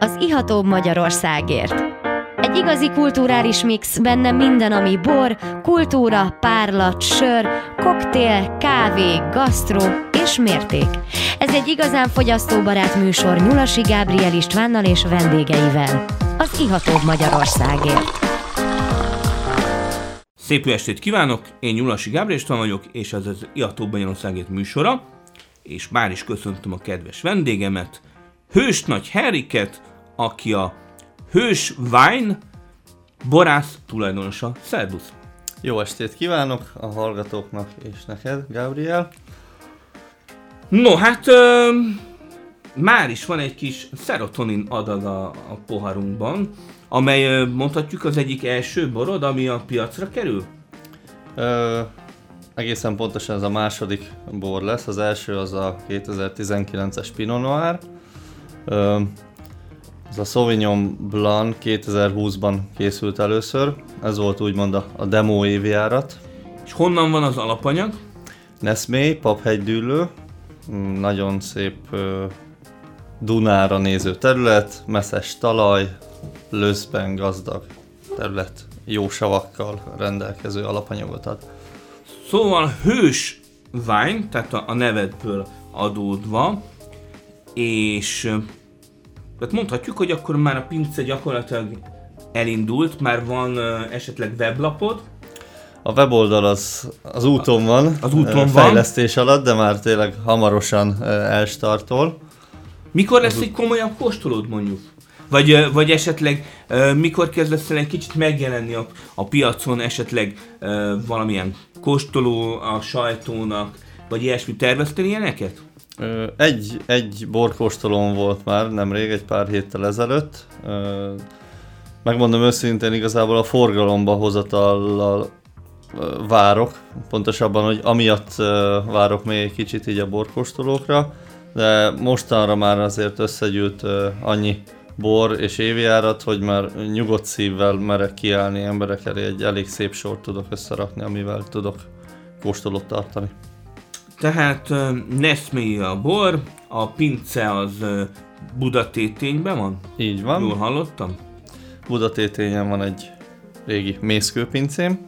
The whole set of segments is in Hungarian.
az ihatóbb Magyarországért. Egy igazi kulturális mix, benne minden, ami bor, kultúra, párlat, sör, koktél, kávé, gasztró és mérték. Ez egy igazán fogyasztóbarát műsor Nyulasi Gábriel Istvánnal és vendégeivel. Az ihatóbb Magyarországért. Szép jó estét kívánok, én Nyulasi Gábriel István vagyok, és ez az ihatóbb Magyarországért műsora, és már is köszöntöm a kedves vendégemet, Hős Nagy Henriket, aki a Hős Wine borász tulajdonosa. Szervusz! Jó estét kívánok a hallgatóknak és neked, Gábriel. No, hát már is van egy kis szerotonin adag a poharunkban, amely mondhatjuk az egyik első borod, ami a piacra kerül? Egészen pontosan ez a második bor lesz. Az első az a 2019-es Pinot Noir. Ez a Sauvignon Blanc 2020-ban készült először. Ez volt úgymond a demo évjárat. És honnan van az alapanyag? Neszmély, Paphegydűlő. Nagyon szép Dunára néző terület, messzes talaj, löszben gazdag terület, jó savakkal rendelkező alapanyagot ad. Szóval Hős Wine, tehát a nevedből adódva, és tehát mondhatjuk, hogy akkor már a pince gyakorlatilag elindult, már van esetleg weblapod. A weboldal az úton van, az úton fejlesztés alatt, de már tényleg hamarosan elstartol. Mikor lesz egy komolyabb kóstolód mondjuk? Vagy esetleg mikor kezdesz el egy kicsit megjelenni a piacon, esetleg valamilyen kóstoló a sajtónak, vagy ilyesmi, terveztél ilyeneket? Egy borkóstolón volt már nemrég, egy pár héttel ezelőtt. Megmondom őszintén, igazából a forgalomba hozatallal várok, pontosabban, hogy amiatt várok még egy kicsit így a borkóstolókra, de mostanra már azért összegyűlt annyi bor és évjárat, hogy már nyugodt szívvel merek kiállni emberek elé, egy elég szép sort tudok összerakni, amivel tudok kóstolót tartani. Tehát Neszmély a bor, a pince az Budatétényben van? Így van. Jól hallottam? Budatétényen van egy régi mészkőpincém,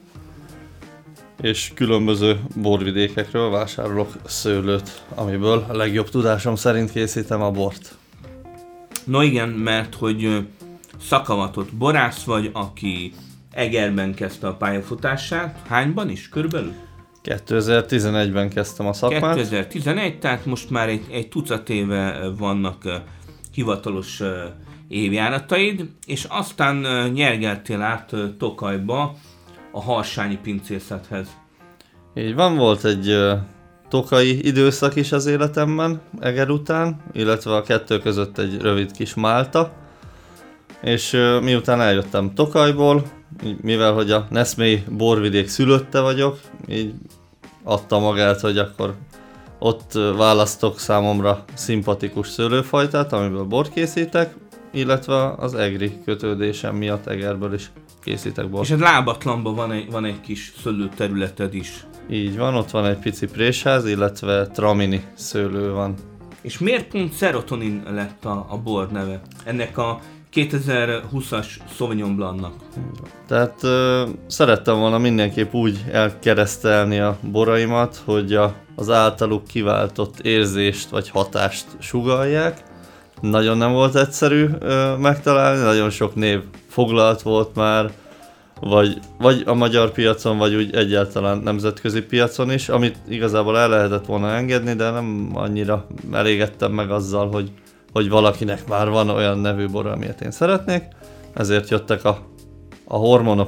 és különböző borvidékekről vásárolok szőlőt, amiből a legjobb tudásom szerint készítem a bort. No igen, mert hogy szakavatott borász vagy, aki Egerben kezdte a pályafutását. Hányban is körülbelül? 2011-ben kezdtem a szakmát. 2011, tehát most már egy tucat éve vannak hivatalos évjárataid, és aztán nyergeltél át Tokajba a harsányi pincészethez. Így van, volt egy tokai időszak is az életemben Eger után, illetve a kettő között egy rövid kis Málta, és miután eljöttem Tokajból, mivel hogy a Neszmély borvidék szülötte vagyok, így adta magát, hogy akkor ott választok számomra szimpatikus szőlőfajtát, amiből bort készítek, illetve az egri kötődésem miatt Egerből is készítek bort. És egy lábatlanban van egy kis szőlőterületed is. Így van, ott van egy pici présház, illetve tramini szőlő van. És miért pont Serotonin lett a bor neve? Ennek a 2020-as Sauvignon Blancnak. Tehát szerettem volna mindenképp úgy elkeresztelni a boraimat, hogy az általuk kiváltott érzést vagy hatást sugallják. Nagyon nem volt egyszerű megtalálni, nagyon sok név foglalt volt már, vagy a magyar piacon, vagy úgy egyáltalán nemzetközi piacon is, amit igazából el lehetett volna engedni, de nem annyira elégedtem meg azzal, hogy valakinek már van olyan nevű bor, amilyet én szeretnék, ezért jöttek a hormonok.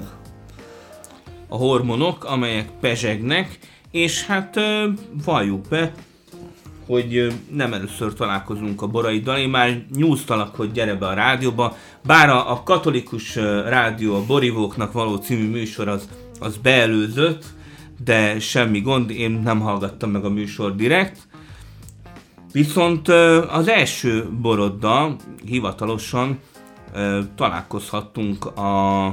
A hormonok, amelyek pezsegnek, és hát valljuk be, hogy nem először találkozunk a boraiddal, én már nyúztalak, hogy gyere be a rádióba, bár a katolikus rádió, a Borivóknak való című műsor az beelőzött, de semmi gond, én nem hallgattam meg a műsor direkt. Viszont az első boroddal hivatalosan találkozhattunk a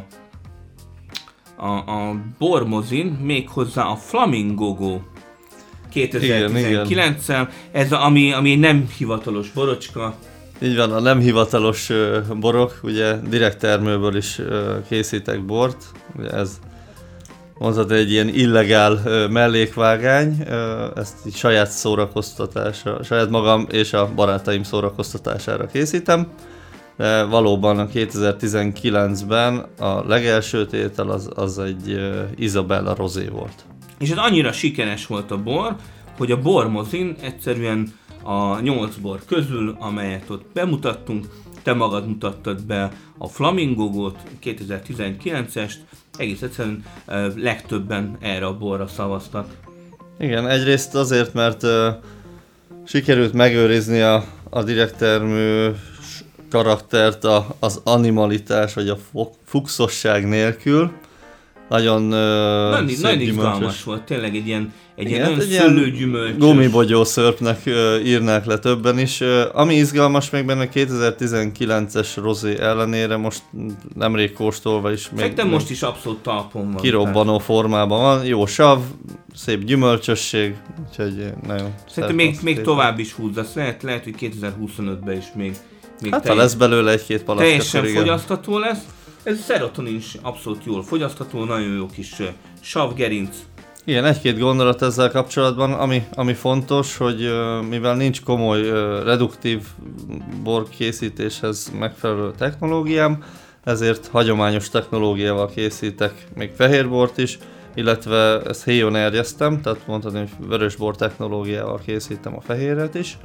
bormozin, méghozzá a Flamingo 2019-el. Ez ami egy nem hivatalos borocska, Így van, a nem hivatalos borok, ugye direkt termőből is készítek bort, ugye ez mondhatni egy ilyen illegál mellékvágány, ezt így saját szórakoztatásra, saját magam és a barátaim szórakoztatására készítem, de valóban 2019-ben a legelső tétel az egy Isabella Rosé volt. És ez annyira sikeres volt a bor, hogy a bormozin egyszerűen a 8 bor közül, amelyet ott bemutattunk, te magad mutattad be a Flamingót, 2019-est, egész egyszerűen legtöbben erre a borra szavaztak. Igen, egyrészt azért, mert sikerült megőrizni a direkttermű karaktert az animalitás vagy a fuxosság nélkül. Nagyon nagyon izgalmas volt, tényleg egy ilyen nagyon egy szőlőgyümölcsös. Gumibogyó szörpnek írnák le többen is. Ami izgalmas még benne 2019-es rozé ellenére, most nemrég kóstolva is Szerintem most is abszolút talpon van. Kirobbanó formában van, jó sav, szép gyümölcsösség, úgyhogy nagyon szerintem még tovább is húzzasz, lehet, hogy 2025-ben is még hát ha lesz belőle egy-két palack, teljesen fogyasztható lesz. Ez szerotonin is abszolút jól fogyasztható, nagyon jó kis savgerinc. Igen, egy-két gondolat ezzel kapcsolatban, ami fontos, hogy mivel nincs komoly reduktív borkészítéshez megfelelő technológiám, ezért hagyományos technológiával készítek még fehérbort is, illetve ezt héjon erjesztem, tehát mondhatni, hogy vörösbor technológiával készítem a fehéret is.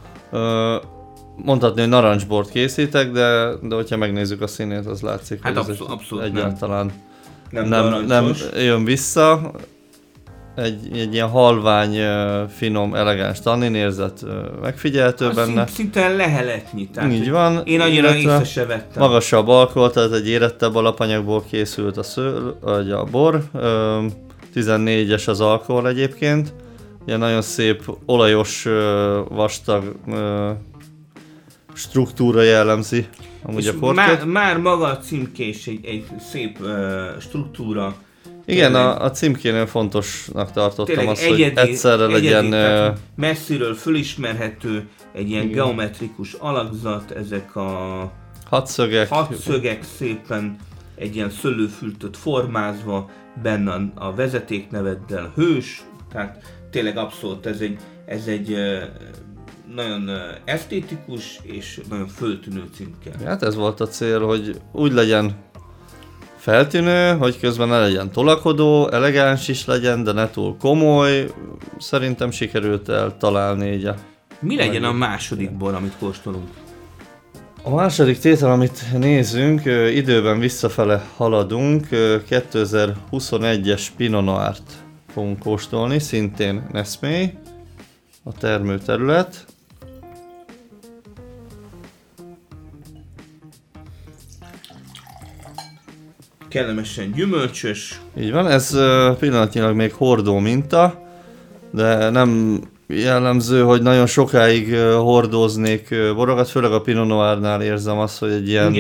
Mondhatni, hogy narancsbort készítek, de hogyha megnézzük a színét, az látszik, hát hogy abszolút egyáltalán nem jön vissza. Egy ilyen halvány, finom, elegáns tanninérzet megfigyelhető benne. Szinte leheletnyi. Így van. Én annyira észre se vettem. Magasabb alkohol, tehát egy érettebb alapanyagból készült a bor. 14-es az alkohol egyébként. Ilyen nagyon szép, olajos, vastag struktúra jellemzi amúgy a portét. Már maga a címkés egy szép struktúra. Igen, a címkénél fontosnak tartottam azt, hogy egyszerre legyen... Messziről fölismerhető egy ilyen geometrikus alakzat, ezek a hatszögek szépen egy ilyen szőlőfültöt formázva, benne a vezetékneveddel hős, tehát tényleg abszolút ez egy nagyon esztétikus és nagyon föltűnő címke. Hát ez volt a cél, hogy úgy legyen feltűnő, hogy közben ne legyen tolakodó, elegáns is legyen, de ne túl komoly. Szerintem sikerült eltalálni így Mi legyen a második bor, amit kóstolunk? A második tétel, amit nézünk, időben visszafele haladunk, 2021-es Pinot Noirt fogunk kóstolni, szintén Nesmé, a termőterület. Kellemesen gyümölcsös. Így van, ez pillanatnyilag még hordó minta, de nem jellemző, hogy nagyon sokáig hordóznék borokat, főleg a Pinot Noirnál érzem azt, hogy egy ilyen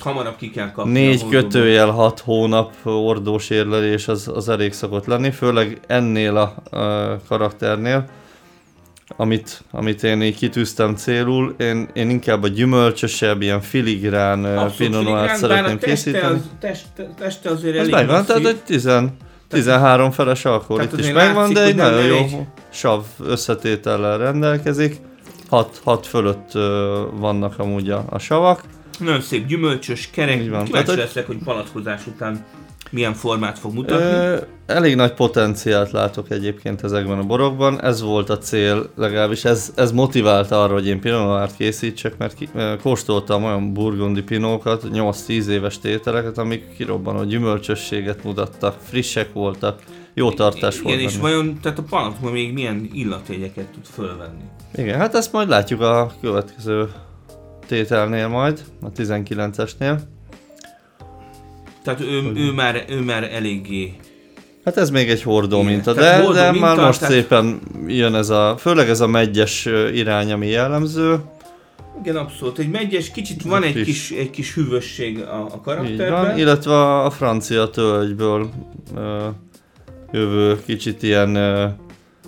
4-6 hónap hordós érlelés az elég szokott lenni, főleg ennél a karakternél, amit én így kitűztem célul, én inkább a gyümölcsösebb, ilyen filigrán Pinot Noirt szeretném készíteni. Teste azért elég masszív. Megvan, tehát egy 13 feles alkohol itt is megvan, látszik, de egy nagyon jó sav összetétellel rendelkezik. 6 fölött vannak amúgy a savak. Nagyon szép gyümölcsös, kerek. Kíváncsi leszek, hogy palackozás után milyen formát fog mutatni. Elég nagy potenciált látok egyébként ezekben a borokban. Ez volt a cél, legalábbis ez motivált arra, hogy én Pinot Noirt készítsek, mert kóstoltam olyan burgundi pinókat, 8-10 éves tételeket, amik kirobbanó gyümölcsösséget mutattak, frissek voltak, jó tartás volt. Igen, és vajon tehát a palacban még milyen illatjegyeket tud fölvenni? Igen, hát ezt majd látjuk a következő tételnél majd, a 19-esnél. Tehát ő már eléggé... Hát ez még egy hordó minta, de már most szépen jön főleg ez a meggyes irány, ami jellemző. Igen, abszolút. Egy meggyes, kicsit van egy kis hűvösség a karakterben. Van, illetve a francia tölgyből jövő kicsit ilyen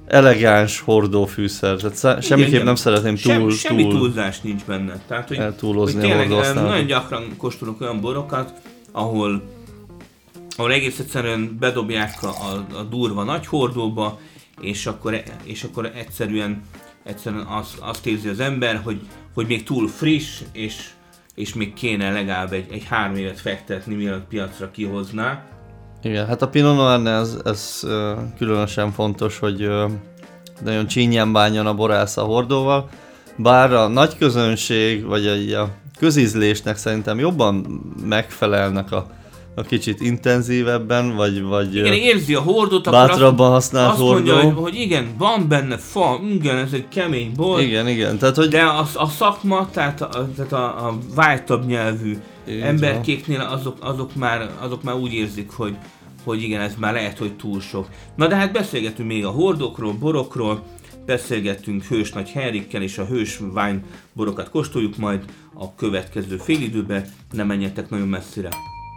elegáns hordófűszer. Tehát semmiképp igen. nem szeretném Semmi túlzás nincs benne. Tehát, hogy eltúlozni hogy a tényleg hordóhasználatot. nagyon gyakran kóstolok olyan borokat, ahol egész egyszerűen bedobják a durva nagy hordóba, és akkor egyszerűen azt érzi az ember, hogy még túl friss, és még kéne legalább egy 3 évet fektetni, mielőtt piacra kihozná. Igen, hát a Pinot Noirnál ez különösen fontos, hogy nagyon csínyán bánjon a borász a hordóval, bár a nagy közönség, vagy a közízlésnek szerintem jobban megfelelnek a kicsit intenzívebben, vagy igen, érzi a hordót, bátrabban használt azt hordó. mondja, hogy igen, van benne fa, igen, ez egy kemény bor. Igen, tehát hogy... De a szakma, tehát a vájtabb nyelvű emberkéknél azok már úgy érzik, hogy igen, ez már lehet, hogy túl sok. Na de hát beszélgetünk még a hordókról, borokról, beszélgettünk Hős Nagy Henrikkel, és a Hős Wine borokat kóstoljuk majd a következő félidőben, ne menjetek nagyon messzire.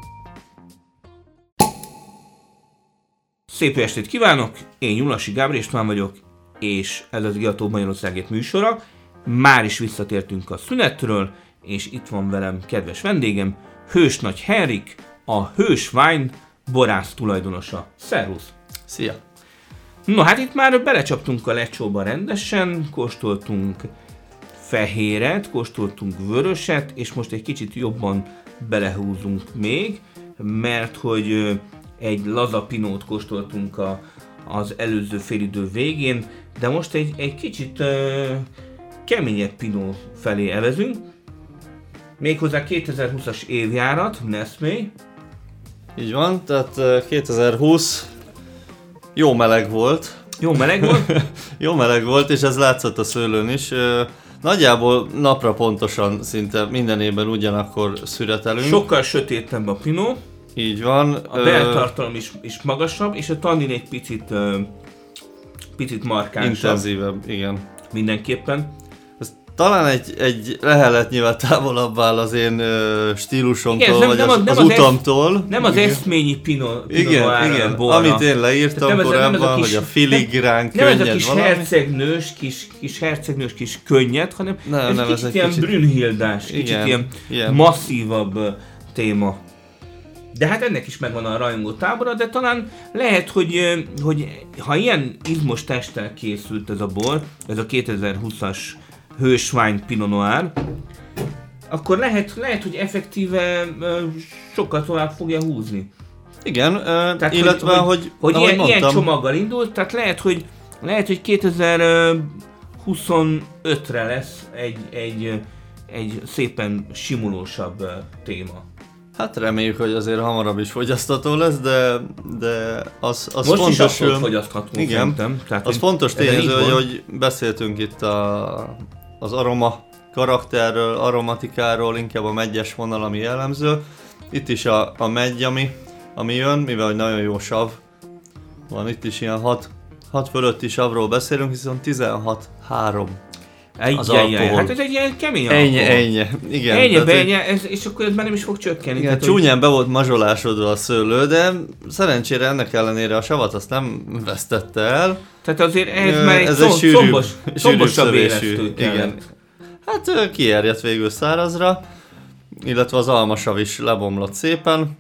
Szép estét kívánok, én Nyulasi Gábor István vagyok, és ez az Igató Magyarországért műsora. Már is visszatértünk a szünetről, és itt van velem kedves vendégem, Hős Nagy Henrik, a Hős Wine borász tulajdonosa. Szervusz! Szia! No, hát itt már belecsaptunk a lecsóba rendesen, kóstoltunk fehéret, kóstoltunk vöröset, és most egy kicsit jobban belehúzunk még, mert hogy egy laza pinót kóstoltunk az előző félidő végén, de most egy kicsit keményebb pinó felé evezünk. Méghozzá 2020-as évjárat, Nesmé. Így van, tehát 2020 jó meleg volt. Jó meleg volt? Jó meleg volt, és ez látszott a szőlőn is. Nagyjából napra pontosan szinte minden évben ugyanakkor szüretelünk. Sokkal sötétebb a pinó. Így van. A beltartalom is magasabb, és a tannin egy picit markánsabb. Intenzívebb, igen. Mindenképpen. Ez talán egy leheletnyivel távolabb áll az én stílusomtól, igen, vagy nem az utamtól. Nem az eszményi pinot igen, borra. amit én leírtam korábban, hogy a filigrán, könnyed valami. Nem ez a kis hercegnős, kis könnyed, hanem ez kicsit ilyen Brünnhildás, kicsit ilyen masszívabb téma. De hát ennek is megvan a rajongó tábora, de talán lehet, hogy ha ilyen izmos testtel készült ez a bor, ez a 2020-as Hős Wine Pinot Noir, akkor lehet, hogy effektíve sokkal tovább fogja húzni. Igen, tehát, illetve, hogy ilyen csomaggal indult, tehát lehet, hogy 2025-re lesz egy szépen simulósabb téma. Hát reméljük, hogy azért hamarabb is fogyasztható lesz, de az most fontos... Most is abszolút fogyasztható, igen, szerintem. Tehát, az fontos tényező, hogy beszéltünk itt az aroma karakterről, aromatikáról, inkább a meggyes vonal, ami jellemző. Itt is a megy, ami jön, mivel hogy nagyon jó sav van, itt is ilyen 6 fölötti savról beszélünk, viszont 16,3 az alkohol. Hát ez egy ilyen kemény alkohol. Ennyi. Igen. És akkor ez már nem is fog csökkenni. Igen, csúnyán be volt mazsolásodva a szőlő, de szerencsére ennek ellenére a savat azt nem vesztette el. Tehát azért ez már egy szombosabb élesztő. Igen. Hát kierjedt végül szárazra, illetve az almasav is lebomlott szépen.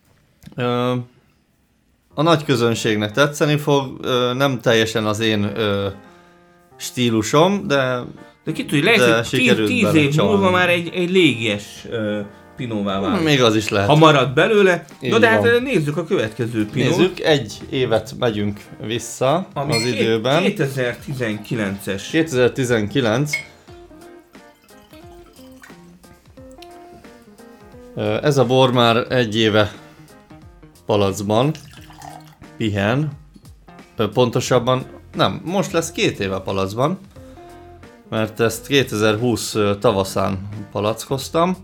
A nagy közönségnek tetszeni fog, nem teljesen az én stílusom, de ki tudja, lehet, hogy 10 év múlva már egy légies pinóvá válik. Még az is lehet. Ha marad belőle. Így de hát nézzük a következő pinót. Nézzük, egy évet megyünk vissza az időben. 2019-es. 2019. Ez a bor már egy éve palacban pihen. Pontosabban nem, most lesz 2 éve palacban, mert ezt 2020 tavaszán palackoztam.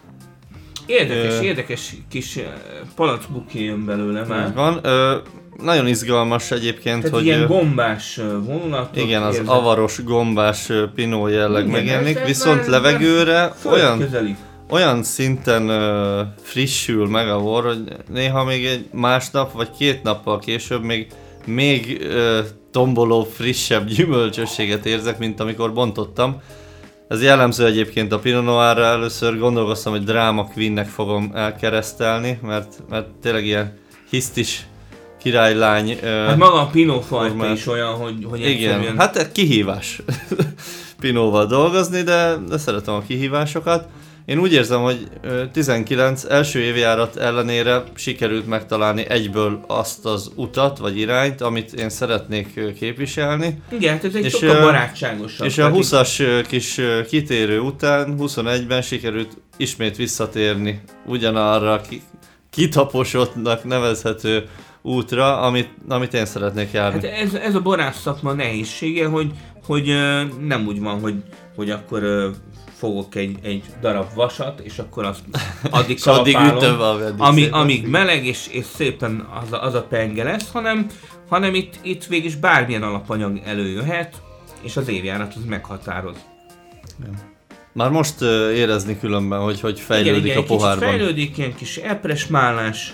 Érdekes kis palackbuké jön belőle már. Van. Nagyon izgalmas egyébként, tehát hogy... ilyen gombás vonulatot. Igen, az avaros gombás pinó jelleg megjelenik, viszont levegőre olyan szinten frissül meg a bor, hogy néha még egy másnap vagy 2 nappal később még még tombolóbb, frissebb gyümölcsösséget érzek, mint amikor bontottam. Ez jellemző egyébként a Pinot Noirra. Először gondolkoztam, hogy Drama Queennek fogom elkeresztelni, mert tényleg ilyen hisztis királylány. Hát maga a Pinot fajta is olyan, hogy igen, egyszerűen... hát kihívás Pinóval dolgozni, de szeretem a kihívásokat. Én úgy érzem, hogy 19 első évjárat ellenére sikerült megtalálni egyből azt az utat vagy irányt, amit én szeretnék képviselni. Igen, hát ez egy sokkal barátságosabb. És a 20-as kis kitérő után 21-ben sikerült ismét visszatérni ugyanarra kitaposottnak nevezhető útra, amit én szeretnék járni. Hát ez a borász szakma nehézsége, hogy nem úgy van, hogy akkor fogok egy darab vasat, és akkor azt addig kalapálom, amíg meleg, és szépen az a penge lesz, hanem itt végig bármilyen alapanyag előjöhet, és az évjárat az meghatároz. Már most érezni különben, hogy fejlődik igen, a pohárban. Igen, fejlődik, ilyen kis epresmálás,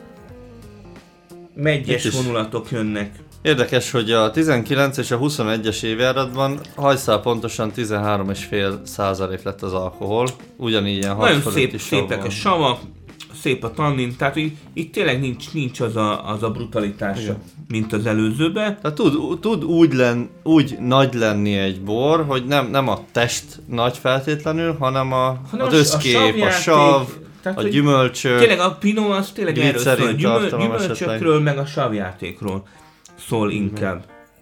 megyes vonulatok jönnek. Érdekes, hogy a 19 és a 21-es évjáratban hajszál pontosan 13,5% lett az alkohol. Ugyanígy ilyen 6 fölötti szépek a savak, szép a tannin, tehát itt tényleg nincs az a brutalitása, igen, mint az előzőben. Tehát tud úgy nagy lenni egy bor, hogy nem a test nagy feltétlenül, hanem az összkép, a sav, tehát, a gyümölcsök. Tényleg a Pinot az tényleg erről szól, gyümölcsökről meg a savjátékról szól inkább.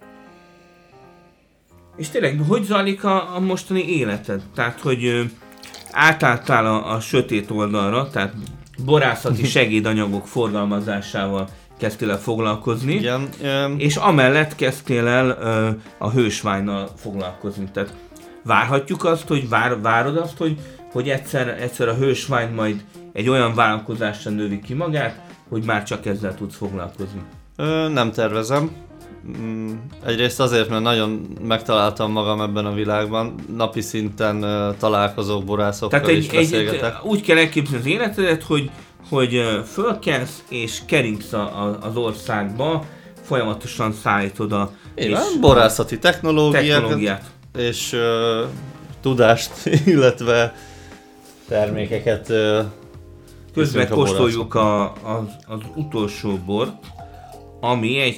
És tényleg, hogy zajlik a mostani életed? Tehát, hogy átálltál a sötét oldalra, tehát borászati segédanyagok forgalmazásával kezdtél el foglalkozni, igen, és amellett kezdtél el a hősvájnnal foglalkozni. Tehát várhatjuk azt, hogy várod azt, hogy egyszer a hősvájn majd egy olyan vállalkozásra növi ki magát, hogy már csak ezzel tudsz foglalkozni. Nem tervezem. Egyrészt azért, mert nagyon megtaláltam magam ebben a világban. Napi szinten találkozok borászokkal. Tehát is beszélgetek. Úgy kell elképzelni az életedet, hogy fölkelsz és keringsz az országba, folyamatosan szállítod a borászati technológiát és tudást, illetve termékeket. Közben kóstoljuk az utolsó bort, ami egy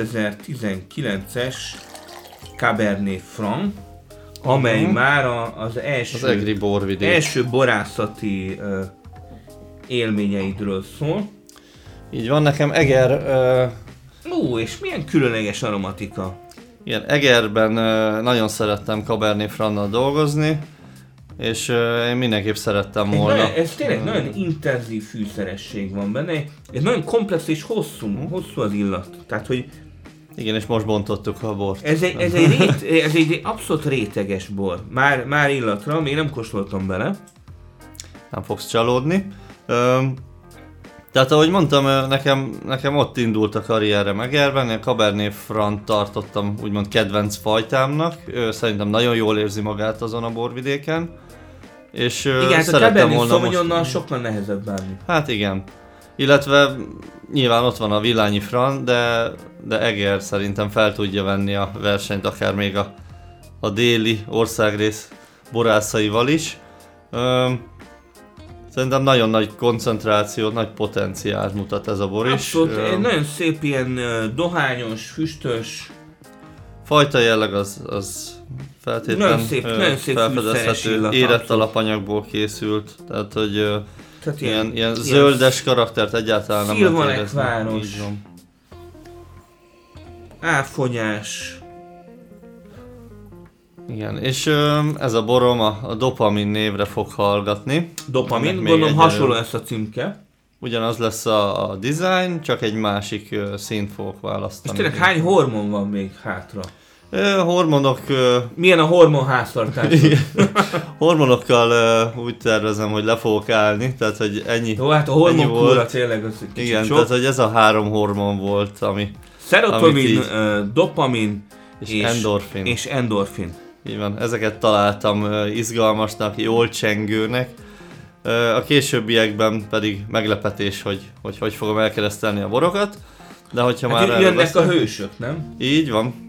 2019-es Cabernet Franc, amely már az első borászati élményeidről szól. Így van, nekem Eger... és milyen különleges aromatika. Igen, Egerben nagyon szerettem Cabernet Franc-nal dolgozni, és én mindenképp szerettem volna. Ez tényleg nagyon intenzív fűszeresség van benne, ez nagyon komplex és hosszú az illat. Tehát, hogy igen, és most bontottuk a bort. Ez egy abszolút réteges bor. Már illatra, még nem kóstoltam bele. Nem fogsz csalódni. Tehát ahogy mondtam, nekem ott indult a karrierem Egerben, én Cabernet Franc tartottam úgymond kedvenc fajtámnak. Szerintem nagyon jól érzi magát azon a borvidéken. És igen, hát a Cabernet Sauvignonnal sokkal nehezebb bánni. Hát igen. Illetve nyilván ott van a Villányi Franc, de Eger szerintem fel tudja venni a versenyt akár még a déli országrész borászaival is. Szerintem nagyon nagy koncentráció, nagy potenciált mutat ez a bor is. Abszolút, nagyon szép ilyen dohányos, füstös. Fajta jelleg az feltétlenül felfedezhető, érett alapanyagból készült, tehát hogy ilyen zöldes karaktert egyáltalán nem lehet érezni. Szilvanekváros, áfonyás. Igen, és ez a borom a Dopamin névre fog hallgatni. Dopamin, gondolom hasonló lesz a címke. Ugyanaz lesz a design, csak egy másik színt fogok választani. És tényleg hány hormon van még hátra? Hormonok... Milyen a hormon háztartás? Hormonokkal úgy tervezem, hogy le fogok állni, tehát hogy ennyi. Jó, hát a hormonkúra tényleg az kicsit igen, sok. Tehát hogy ez a 3 hormon volt, ami... Serotonin, dopamin és endorfin. Így van, ezeket találtam izgalmasnak, jól csengőnek. A későbbiekben pedig meglepetés, hogy fogom elkeresztelni a borokat. De hogyha Hát már jönnek a hősök, nem? Így van.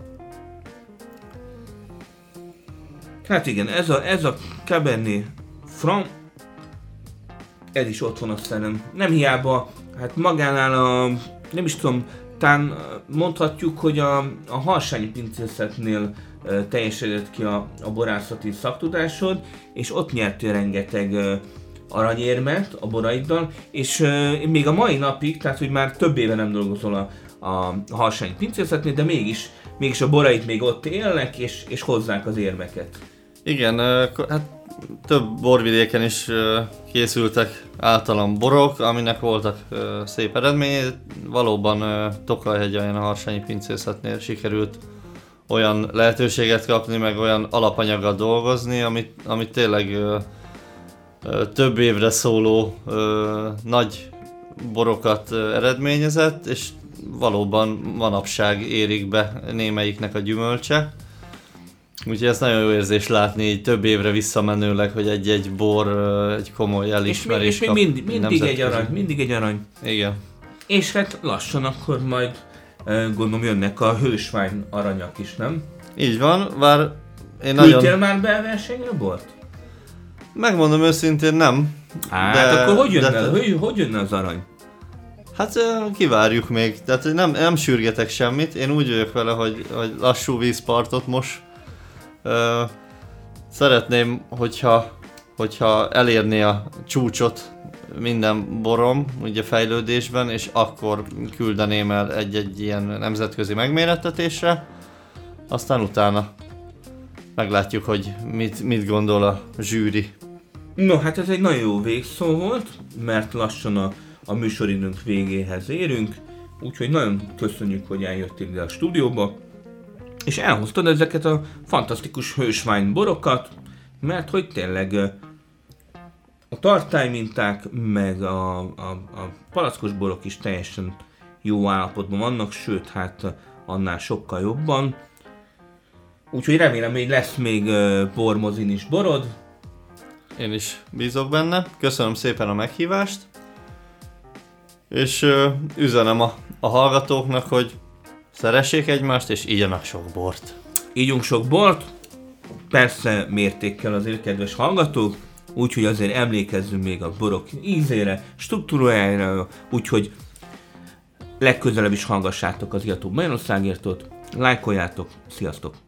Hát igen, ez a Cabernet Franc, ez is ott van a szerem. Nem hiába, hát magánál nem is tudom, talán mondhatjuk, hogy a harsányi pincészetnél teljesedett ki a borászati szaktudásod, és ott nyertél rengeteg aranyérmet a boraiddal, és még a mai napig, tehát hogy már több éve nem dolgozol a harsányi pincészetnél, de mégis a boraid még ott élnek, és hozzák az érmeket. Igen, hát több borvidéken is készültek általam borok, aminek voltak szép eredményei. Valóban Tokajhegyen a harsányi pincészetnél sikerült olyan lehetőséget kapni, meg olyan alapanyaggal dolgozni, amit tényleg több évre szóló nagy borokat eredményezett, és valóban manapság érik be némelyiknek a gyümölcse. Úgyhogy ez nagyon jó érzés látni, így több évre visszamenőleg, hogy egy bor egy komoly elismerést kap. És még mindig egy arany. Igen. És hát lassan akkor majd gondolom jönnek a hősvány aranyak is, nem? Így van, bár én Küldtél már be a versenyre bort? Megmondom őszintén, nem. Hát akkor hogy jönne az arany? Hát kivárjuk még, tehát nem sürgetek semmit, én úgy vagyok vele, hogy lassú vízpartot most. Szeretném, hogyha elérné a csúcsot minden borom, ugye fejlődésben, és akkor küldeném el egy ilyen nemzetközi megmérettetésre, aztán utána meglátjuk, hogy mit gondol a zsűri. No, hát ez egy nagyon jó végszó volt, mert lassan a műsoridőnk végéhez érünk, úgyhogy nagyon köszönjük, hogy eljöttél ide a stúdióba, és elhoztad ezeket a fantasztikus hősvány borokat, mert hogy tényleg a tartályminták, meg a palackos borok is teljesen jó állapotban vannak, sőt, hát annál sokkal jobban. Úgyhogy remélem, hogy lesz még bormozin is borod. Én is bízok benne. Köszönöm szépen a meghívást. És üzenem a hallgatóknak, hogy szeressék egymást, és igyanak sok bort. Ígyunk sok bort, persze mértékkel azért, kedves hallgatók, úgyhogy azért emlékezzünk még a borok ízére, struktúrájára, úgyhogy legközelebb is hallgassátok az Iatóbb Magyarországértot, lájkoljátok, sziasztok!